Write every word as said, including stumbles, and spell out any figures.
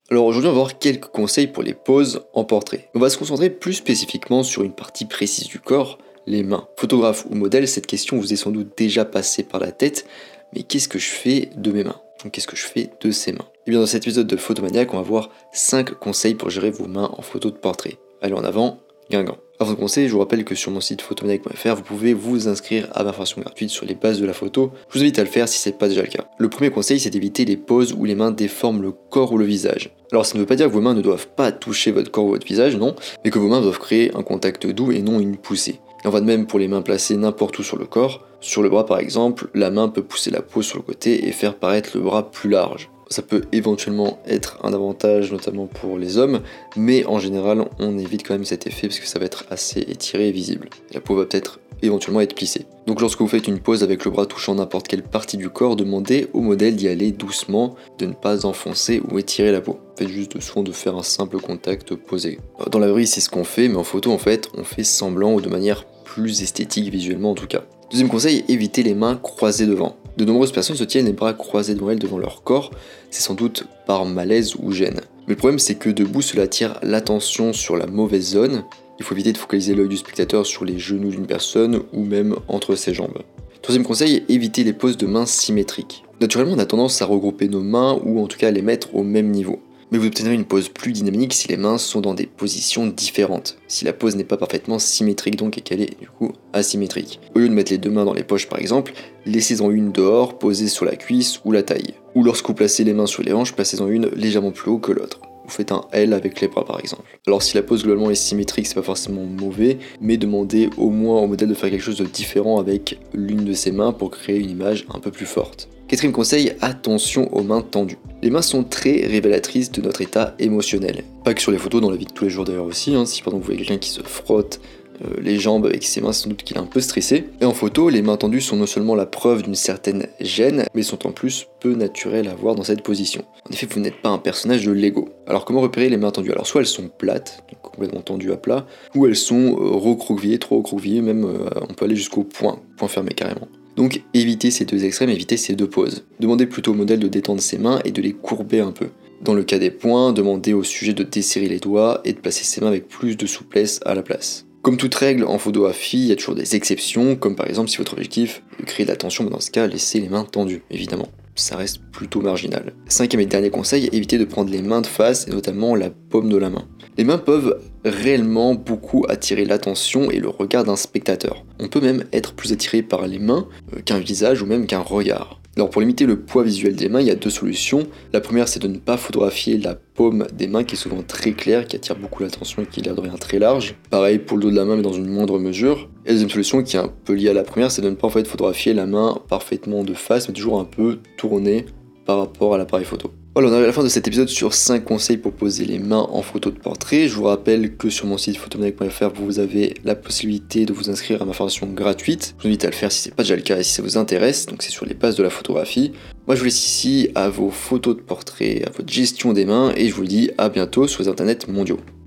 Alors aujourd'hui on va voir quelques conseils pour les poses en portrait. On va se concentrer plus spécifiquement sur une partie précise du corps, les mains. Photographe ou modèle, cette question vous est sans doute déjà passée par la tête, mais qu'est-ce que je fais de mes mains? Donc qu'est-ce que je fais de ces mains? Et bien dans cet épisode de Photomaniac, on va voir cinq conseils pour gérer vos mains en photo de portrait. Allez en avant, Guingamp. Avant de commencer, je vous rappelle que sur mon site photomaniac point f r, vous pouvez vous inscrire à ma formation gratuite sur les bases de la photo. Je vous invite à le faire si ce n'est pas déjà le cas. Le premier conseil, c'est d'éviter les poses où les mains déforment le corps ou le visage. Alors ça ne veut pas dire que vos mains ne doivent pas toucher votre corps ou votre visage, non, mais que vos mains doivent créer un contact doux et non une poussée. Il en va de même pour les mains placées n'importe où sur le corps. Sur le bras par exemple, la main peut pousser la peau sur le côté et faire paraître le bras plus large. Ça peut éventuellement être un avantage, notamment pour les hommes, mais en général, on évite quand même cet effet parce que ça va être assez étiré et visible. La peau va peut-être éventuellement être plissée. Donc lorsque vous faites une pose avec le bras touchant n'importe quelle partie du corps, demandez au modèle d'y aller doucement, de ne pas enfoncer ou étirer la peau. Faites juste soin de faire un simple contact posé. Dans la vraie vie, c'est ce qu'on fait, mais en photo, en fait, on fait semblant ou de manière plus esthétique visuellement en tout cas. Deuxième conseil, évitez les mains croisées devant. De nombreuses personnes se tiennent les bras croisés devant elles devant leur corps, c'est sans doute par malaise ou gêne. Mais le problème c'est que debout cela attire l'attention sur la mauvaise zone, il faut éviter de focaliser l'œil du spectateur sur les genoux d'une personne ou même entre ses jambes. Troisième conseil, évitez les poses de mains symétriques. Naturellement on a tendance à regrouper nos mains ou en tout cas à les mettre au même niveau. Mais vous obtiendrez une pose plus dynamique si les mains sont dans des positions différentes. Si la pose n'est pas parfaitement symétrique donc et qu'elle est du coup asymétrique. Au lieu de mettre les deux mains dans les poches par exemple, laissez-en une dehors posée sur la cuisse ou la taille. Ou lorsque vous placez les mains sur les hanches, placez-en une légèrement plus haut que l'autre. Vous faites un L avec les bras par exemple. Alors si la pose globalement est symétrique, c'est pas forcément mauvais, mais demandez au moins au modèle de faire quelque chose de différent avec l'une de ses mains pour créer une image un peu plus forte. Quatrième conseil, attention aux mains tendues. Les mains sont très révélatrices de notre état émotionnel. Pas que sur les photos, dans la vie de tous les jours d'ailleurs aussi, hein. Si par exemple vous voyez quelqu'un qui se frotte euh, les jambes avec ses mains, c'est sans doute qu'il est un peu stressé. Et en photo, les mains tendues sont non seulement la preuve d'une certaine gêne, mais sont en plus peu naturelles à voir dans cette position. En effet, vous n'êtes pas un personnage de Lego. Alors comment repérer les mains tendues? Alors soit elles sont plates, donc complètement tendues à plat, ou elles sont euh, recroquevillées, trop recroquevillées, même euh, on peut aller jusqu'au point, point fermé carrément. Donc évitez ces deux extrêmes, évitez ces deux poses. Demandez plutôt au modèle de détendre ses mains et de les courber un peu. Dans le cas des poings, demandez au sujet de desserrer les doigts et de placer ses mains avec plus de souplesse à la place. Comme toute règle en photographie, il y a toujours des exceptions, comme par exemple si votre objectif est de créer de la tension, mais dans ce cas, laissez les mains tendues, évidemment. Ça reste plutôt marginal. Cinquième et dernier conseil, évitez de prendre les mains de face et notamment la paume de la main. Les mains peuvent réellement beaucoup attirer l'attention et le regard d'un spectateur. On peut même être plus attiré par les mains euh, qu'un visage ou même qu'un regard. Alors pour limiter le poids visuel des mains, il y a deux solutions. La première c'est de ne pas photographier la paume des mains qui est souvent très claire, qui attire beaucoup l'attention et qui est l'air de rien très large. Pareil pour le dos de la main mais dans une moindre mesure. Et la deuxième solution qui est un peu liée à la première, c'est de ne pas en fait photographier la main parfaitement de face mais toujours un peu tournée par rapport à l'appareil photo. Voilà, on arrive à la fin de cet épisode sur cinq conseils pour poser les mains en photo de portrait. Je vous rappelle que sur mon site photomaniac point f r, vous avez la possibilité de vous inscrire à ma formation gratuite. Je vous invite à le faire si ce n'est pas déjà le cas et si ça vous intéresse. Donc c'est sur les bases de la photographie. Moi je vous laisse ici à vos photos de portrait, à votre gestion des mains et je vous dis à bientôt sur les internets mondiaux.